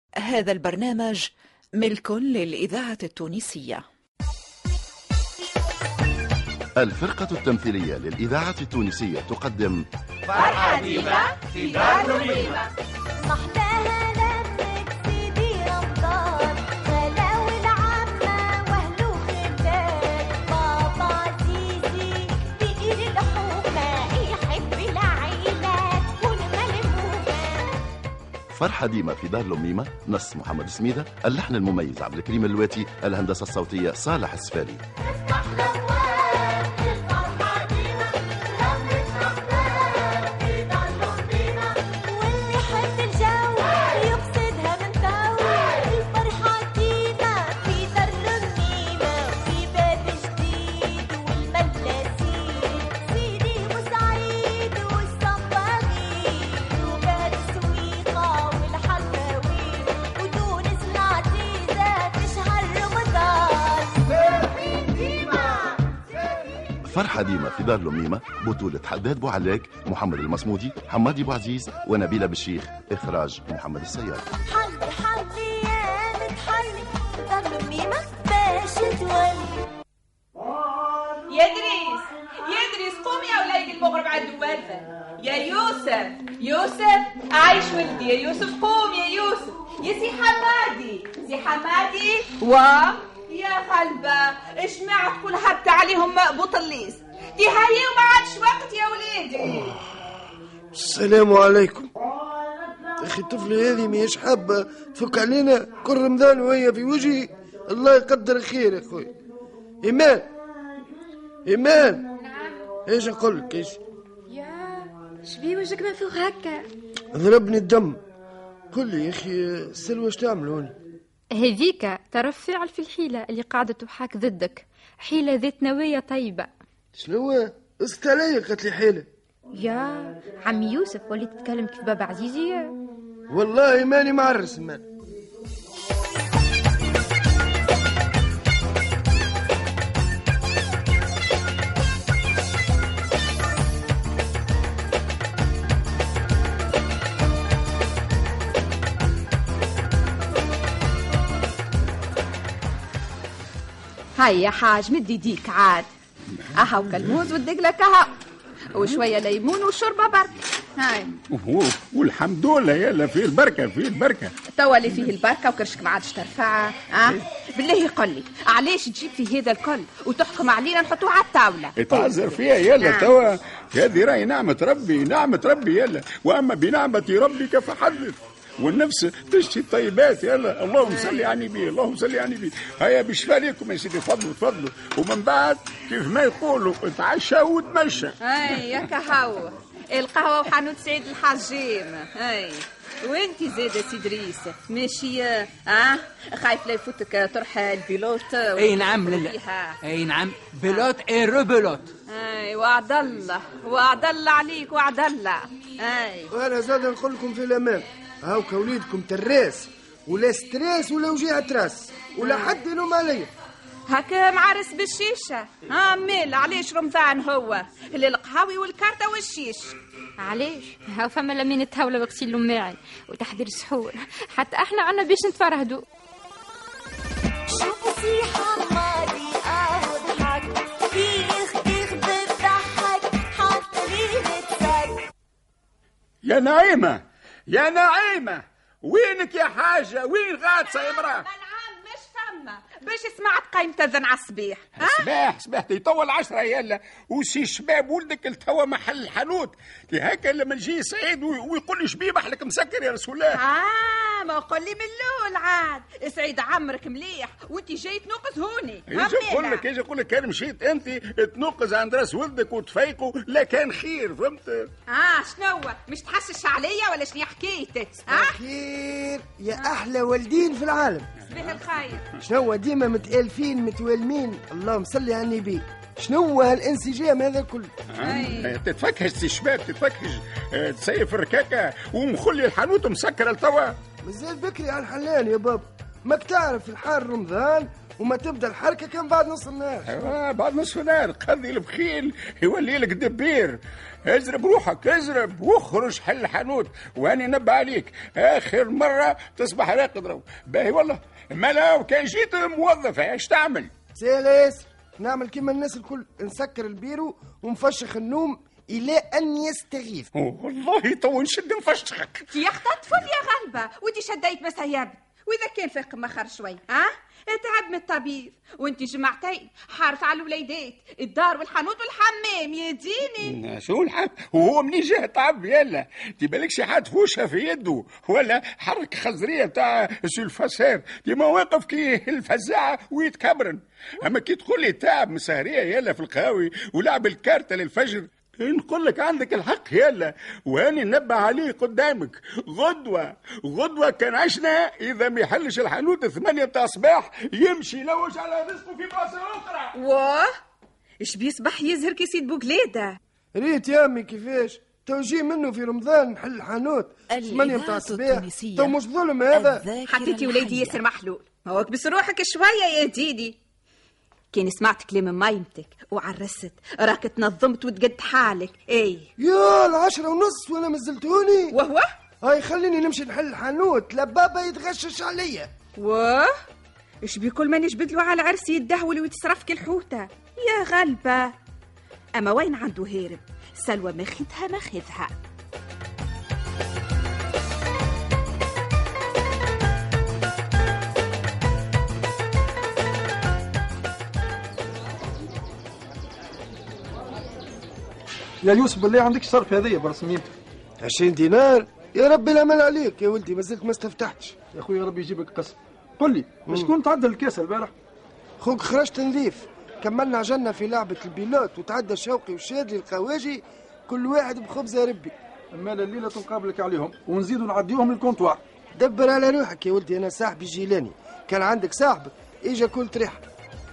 هذا البرنامج ملك للإذاعة التونسية. الفرقة التمثيلية للإذاعة التونسية تقدم فرحة ديمة في دار لميمة. صحباها لمت سيدي رمضان، خلاو العمة وهلو خدام، بابا عزيزي بيجي الحومة، يحب العيلة تكون ملمومة. فرحة ديمة في دار لميمة، نص محمد سميدة، اللحن المميز عبد الكريم اللواتي، الهندسة الصوتية صالح السفاري. فرحة ديمة في دار لميمة، بطولة حداد بوعلاق، محمد المصمودي، حمادي بوعزيز ونبيلة بالشيخ، إخراج محمد السيار. حلي حلي يا متحلي دار لميمة باش تولي. يا إدريس قوم يا وليدي، المغرب عنده وافة. يا يوسف عايش ولدي يا يوسف، قوم يا يوسف. يا سي حمادي يا خلبة اشمعت كل حبت عليهم بطليس دي هاي وما عادش وقت يا وليدي. السلام عليكم. اخي الطفلة هذه ماهيش حابة تفك علينا كل رمضان وهي في وجهي. الله يقدر خير يا اخوي. ايمان ايش اقول لك؟ ايش يا شبي وجهك منفوخ هكا؟ ضربني الدم. قل لي يا اخي سلوى ايش تعملون؟ هذيك ترى فعل في الحيلة اللي قاعدة تحاك ضدك، حيلة ذات نوايا طيبة. شنو اسكت علي؟ قالت لي حيلة. يا عمي يوسف وليت تتكلم كيف بابا عزيزي. والله ماني معرس مان. هيا يا حاج مد يديك عاد. اهو كالموز والدقلك اهو وشويه ليمون وشوربه برك. هاي والحمد لله يلا فيه البركه توا اللي فيه البركه وكرشك ما عادش ترفعها. بالله قل لي علاش تجيب في هذا الكل وتحكم علينا نحطوه على الطاوله؟ اتعذر فيها يلا. توا هذه راهي نعمه ربي يلا، واما بنعمه ربك فحدث، والنفس تشتي الطيبات. يلا اللهم صل على النبي. هيا بالشفاء عليكم يا سيدي، تفضلوا ومن بعد كيف ما يقولوا اتعشى وتمشى. يا كهو القهوه وحانوت سعيد الحجيم. وانتي زاده سي دريس ماشي خايف لا يفوتك طرح البيلوت؟ نعم بيلوت روبيلوت. وعد الله عليك وعد الله. وانا زاد نقول لكم في الامان، هاو كوليدكم تراس ولا ستريس ولا وجيعة راس ولا حد يلوم عليا. هكا معرس بالشيشة. ميل علاش رمضان هو للقهاوي والكارتة والشيش؟ علاش هاو فما لمين التهولة وغسيل الماعن وتحضير السحور، حتى احنا عنا باش نتفرهدوا. شوفي حمادي ضحك كيخ بضحك حتى ليه تسك. يا نعيمة وينك يا حاجة؟ وين غاطسة يا مراه؟ نعم مش فما باش سمعت قايمة تزن على الصبيح. صباح يطول 10 يلا، وسي شباب ولدك التوا محل الحانوت هكا لما نجي سعيد ويقول لي شبيب احلك مسكر يا رسول الله. ما قول لي من الاول عاد سعيد عمرك مليح وانت جاي تنقص هوني. ايش اقول لك كان مشيت انت تنقص عند راس ولدك وتفيقوا لا كان خير، فهمت؟ شنو مش تحشش عليا ولا شنو حكايتك؟ خير يا احلى والدين في العالم. به الخير. شنو ديما متالفين متوالمين؟ اللهم صل على النبي. شنو هالانسجام هذا كله؟ تتفكهش سي شباب، تسيف الركاكه ومخلي الحانوت مسكر التوا. مازال بكري على الحلال يا بابا. ماك تعرف الحار رمضان وما تبدا الحركه كان بعد نص النهار. ايوا بعد نص النهار قضي البخيل يولي لك دبير. ازرب روحك، ازرب واخرج حل الحانوت واني نبه عليك اخر مره تصبح راقد. رو باهي والله. مالا وكان جيت موظف ايش تعمل؟ سهل ياسر، نعمل كيما الناس الكل، نسكر البيرو ونفشخ النوم الى ان يستغيث. والله تو نشد نفشخك يا اختي طفل يا غلبه ودي شديت مسياب. واذا كان فيك مخر شوي تعب من الطبيب وانت جمعتين حارس على الوليدات الدار والحانوت والحمام يا ديني. شو الحال وهو منين جاه تعب يلا تبالك شي حد فوشها في يده ولا حرك خزريه تاع الفساد ديما واقف كي الفزاعه ويتكبرن. اما كي تقول لي تعب مسهريه يلا في القهاوي ولعب الكارته للفجر نقول لك عندك الحق يلا واني ننبه عليه قدامك. غدوة كان عشنا اذا ما يحلش الحانوت 8 بتاع الصباح يمشي يلوج على رزقه في بلاصه اخرى. واه ايش بيصبح يزهر كي سيد بوكليده. ريت يا امي كيفاش توجيه منه في رمضان نحل الحانوت 8 بتاع الصباح. تو مش ظلم هذا؟ حطيتي وليدي ياسر محلول هوك بس روحك شويه يا ديدي. كان سمعت كلام مايمتك وعرست راك تنظمت وتقد حالك. اي يا 10:30 وانا مازلتوني. وهو هاي خليني نمشي نحل الحانوت لا بابا يتغشش عليا. واه ايش بكل ما نجبد له على عرسي يدهول ويتصرف كالحوته يا غلبه. اما وين عنده هارب سلوى ماخذها. يا يوسف بالله عندك صرف هذيا برسميمتك 20 دينار. يا ربي الامل عليك يا ولدي مازلت ما استفتحتش. يا خويا ربي يجيبك قسم. قل لي شكون تعدى الكاس البارح؟ خوك خرجت نظيف. كملنا عجلنا في لعبة البيلوت وتعدى شوقي والشادلي القواجي كل واحد بخبزة ربي. اما الليلة نقابلك عليهم ونزيدوا نعديهم للكونتوار. دبر على روحك يا ولدي انا صاحبي جيلاني. كان عندك صاحبك اجا كل تريح.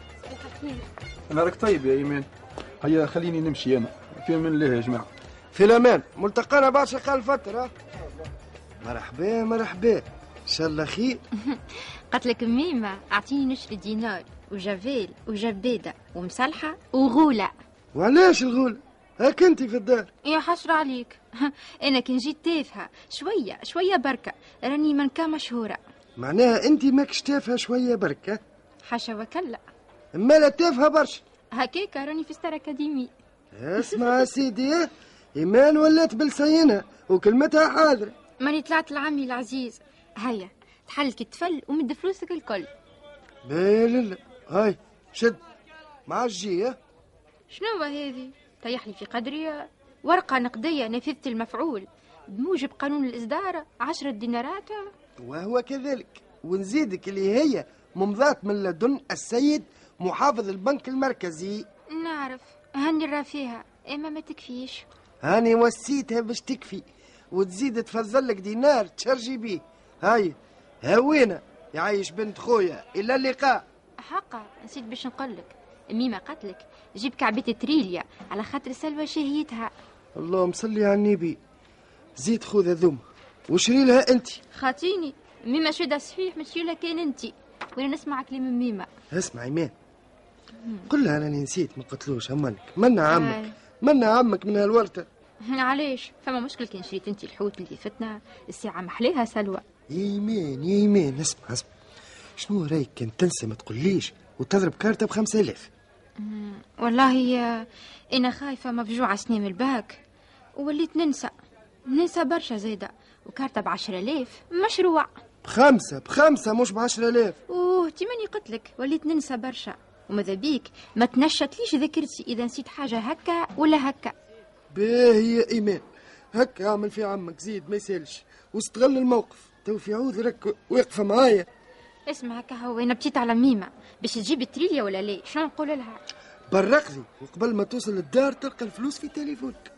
انا راك طيب يا ايمان. هيا خليني نمشي انا في من الله يا جماعة. في الامان. ملتقانا بعد شقال فترة. مرحبا ان شاء الله خير. قتلك ميمة اعطيني نشر دينار وجافيل وجبيدة ومسلحة وغولة. وعلاش الغولة؟ هاك انت في الدار. يا حشر عليك. انا كان جيت تافهة شوية بركة راني منكة مشهورة. معناها انت ماكش تافهة شوية بركة؟ حاشا وكلا. اما لا تافهة برشا. هكاك راني في ستار اكاديمي. اسمع سيدي ايمان ولات بلسينة وكلمتها حاضرة. ماني طلعت لعمي العزيز. هيا تحل كي تفل ومد فلوسك الكل. لا هاي شد مع الجي. شنو هذه؟ طيح لي في قدري ورقة نقدية نفذة المفعول بموجب قانون الإصدار 10 دينارات. وهو كذلك ونزيدك اللي هي ممضاة من لدن السيد محافظ البنك المركزي. نعرف هاني رافيها اما ما تكفيش. هاني وسيتها باش تكفي وتزيد تفضل لك دينار تشرجي بيه. هاي هوينا يعيش بنت خويا الى اللقاء. حقا نسيت باش نقولك ميمة قتلك جيب كعبة تريليا على خاطر سلوى شهيتها. اللهم صلي على النبي. زيد خذ ذم وشري لها انت. خاطيني ميمة شدة صحيح مش لها كان انت وانا نسمع كلام ميمة. اسمع ايمان قل لها انا نسيت ما قتلوش همك منا عمك من هالورطه. علاش فما مشكل كان شريت انت الحوت اللي فتنا الساعه محليها سلوى. ايمان اسمع شنو رايك كان تنسى ما تقوليش وتضرب كارته ب5000؟ والله انا خايفه مفجوعه سنين الباك ووليت ننسى برشا زايده وكارته ب10,000 مشروع. بخمسة مش ب10,000. تيماني قتلك وليت ننسى برشا وماذا بيك ما تنشطليش ذاكرتي اذا نسيت حاجه هكا ولا هكا. باهي يا ايمان هكا اعمل في عمك زيد ما يسالش واستغل الموقف تو في عذرك واقفه معايا. اسمع هكا هو انا بتيت على ميمة باش تجيب التريليا ولا لا شنو نقول لها؟ برقلي وقبل ما توصل للدار تلقى الفلوس في تليفونك.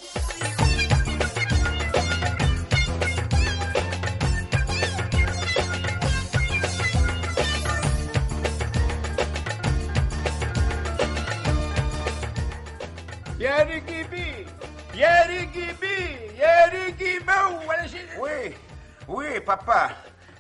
يا رقيبي يا رقيبي يا رقيبو ولا شيء. وي بابا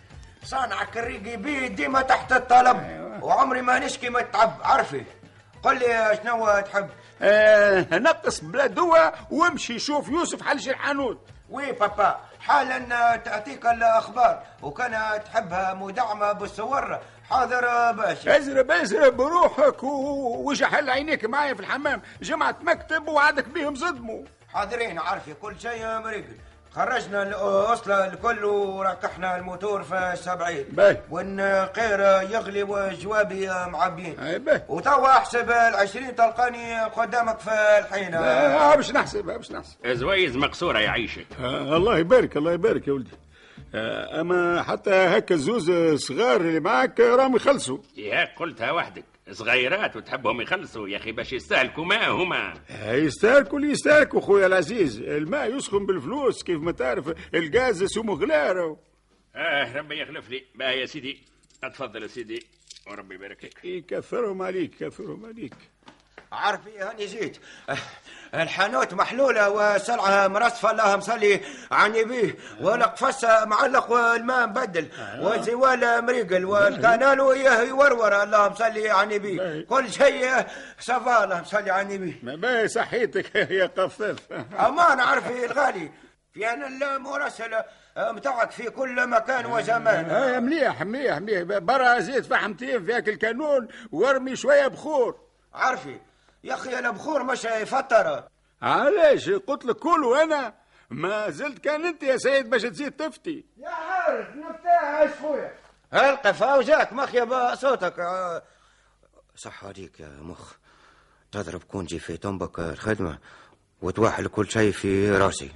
صانعك الريقي بيه ديما تحت الطلب. وعمري ما نشكي ما تعب. عرفي قل لي شنو تحب؟ نقص بلا دواء وامشي شوف يوسف حلش الحانوت. وي بابا حالا تعطيك الاخبار، وكان تحبها مدعمه بالصور حاضر باشا. ازرب بروحك وش حل عينيك معايا في الحمام. جمعة مكتب وعدك بيهم صدموا. حاضرين عارفي كل شيء مريقل. خرجنا الأصلة الكل وركحنا الموتور في 70 والنقير يغلي وجوابي معبين. وتوا احسب 20 تلقاني قدامك في الحين. باش نحسب زويز مقصورة يعيشك. الله يبارك يا ولدي. اما حتى هكا الزوز صغار اللي معك راهم يخلصوا. يا قلتها وحدك صغيرات وتحبهم يخلصوا يا اخي باش يستهلكوا ما هما. يستهلكوا خويا العزيز. الماء يسخن بالفلوس كيف ما تعرف. الغاز سمو غلار. ربي يخلف لي. با يا سيدي اتفضل يا سيدي وربي يبارك لك. يكثرهم عليك. عارفي هاني جيت الحانوت محلولة وسلعة مرصفة الله مصلي عني بيه، والقفصة معلق والماء مبدل والزوال مريقل والكانال يورور الله مصلي عني بيه. كل شيء صفا الله مصلي عني بيه. ما باهي صحيتك يا قفاف. أمان عارفي الغالي في أنا المراسلة متاعك في كل مكان وزمان. مليح برا زيت فحمتين في هاك الكانون وارمي شوية بخور. عارفي يا أخي البخور مش يفطر. علاش قلت لك كله أنا ما زلت كان أنت يا سيد باش تزيد تفتي. يا حارس نفتاها ايش خويا. القفا وجاك مخيب صوتك. صح عليك يا مخ. تضرب كونجي في تنبك الخدمة وتوحل كل شيء في راسي.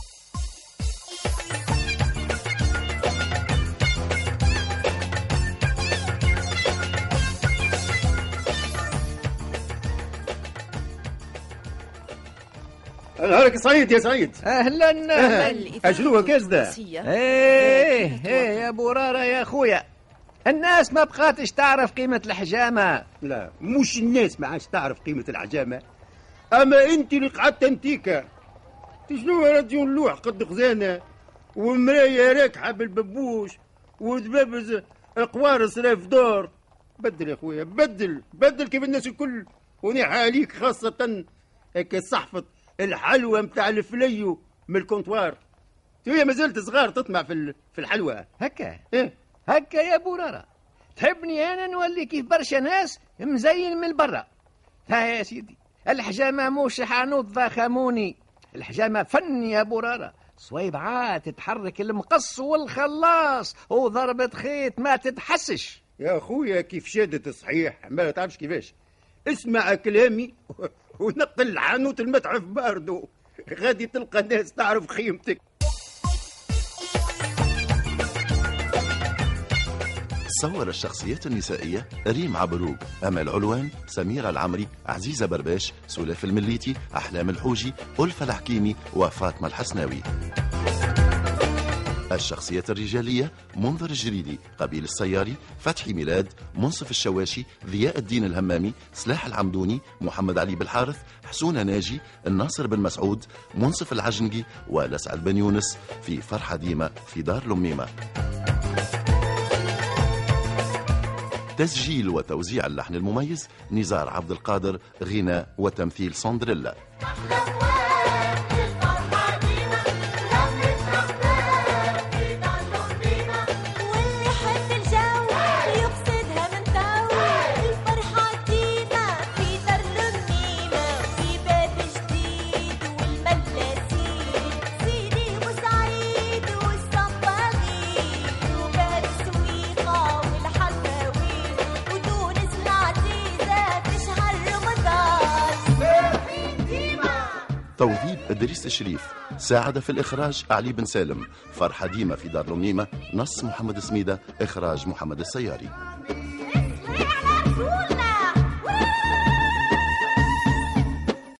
نهارك سعيد يا سعيد. اهلا. شنو كذا؟ ايه يا برارة يا خويا، الناس ما بقاتش تعرف قيمة الحجامة. لا مش الناس ما عادش تعرف قيمة الحجامة، اما انت اللي قعدت انتيكا. شنو راديو اللوح قد خزانة ومراية راكحة بالببوش ودبابز القوارص راف دور. بدل يا خويا بدل كيف الناس الكل ونيح عليك، خاصة هيك صحفة الحلوى متاع الفليو من الكونتوار. هي ما زلت صغار تطمع في الحلوى. هكا هكا يا بورارة، تحبني انا نولي كيف برشا ناس مزين من برا. ها يا سيدي الحجامة موش حانوت ضخموني، الحجامة فن يا بورارة. صويبعات تحرك المقص والخلاص وضربة خيط ما تتحسش. يا خويا كيف شادت صحيح ما تعرفش كيفاش. اسمع كلامي ونقل الحانوت المتعف باردو، غادي تلقى ناس تعرف قيمتك. صور الشخصيات النسائية ريم عبروق، أمل علوان، سميرة العمري، عزيزة برباش، سلاف المليتي، أحلام الحوجي، ألفة الحكيمي وفاطمة الحسناوي. الشخصيات الرجالية منذر الجريدي، قبيل السياري، فتحي ميلاد، منصف الشواشي، ضياء الدين الهمامي، سلاح العمدوني، محمد علي بالحارث، حسونة ناجي، الناصر بن مسعود، منصف العجنقي ولسعد بن يونس في فرحة ديمة في دار لميمة. تسجيل وتوزيع اللحن المميز نزار عبد القادر، غناء وتمثيل سندريلا. توظيف إدريس الشريف، ساعد في الإخراج علي بن سالم. فرحة ديمة في دار لميمة، نص محمد سميدة، إخراج محمد السياري.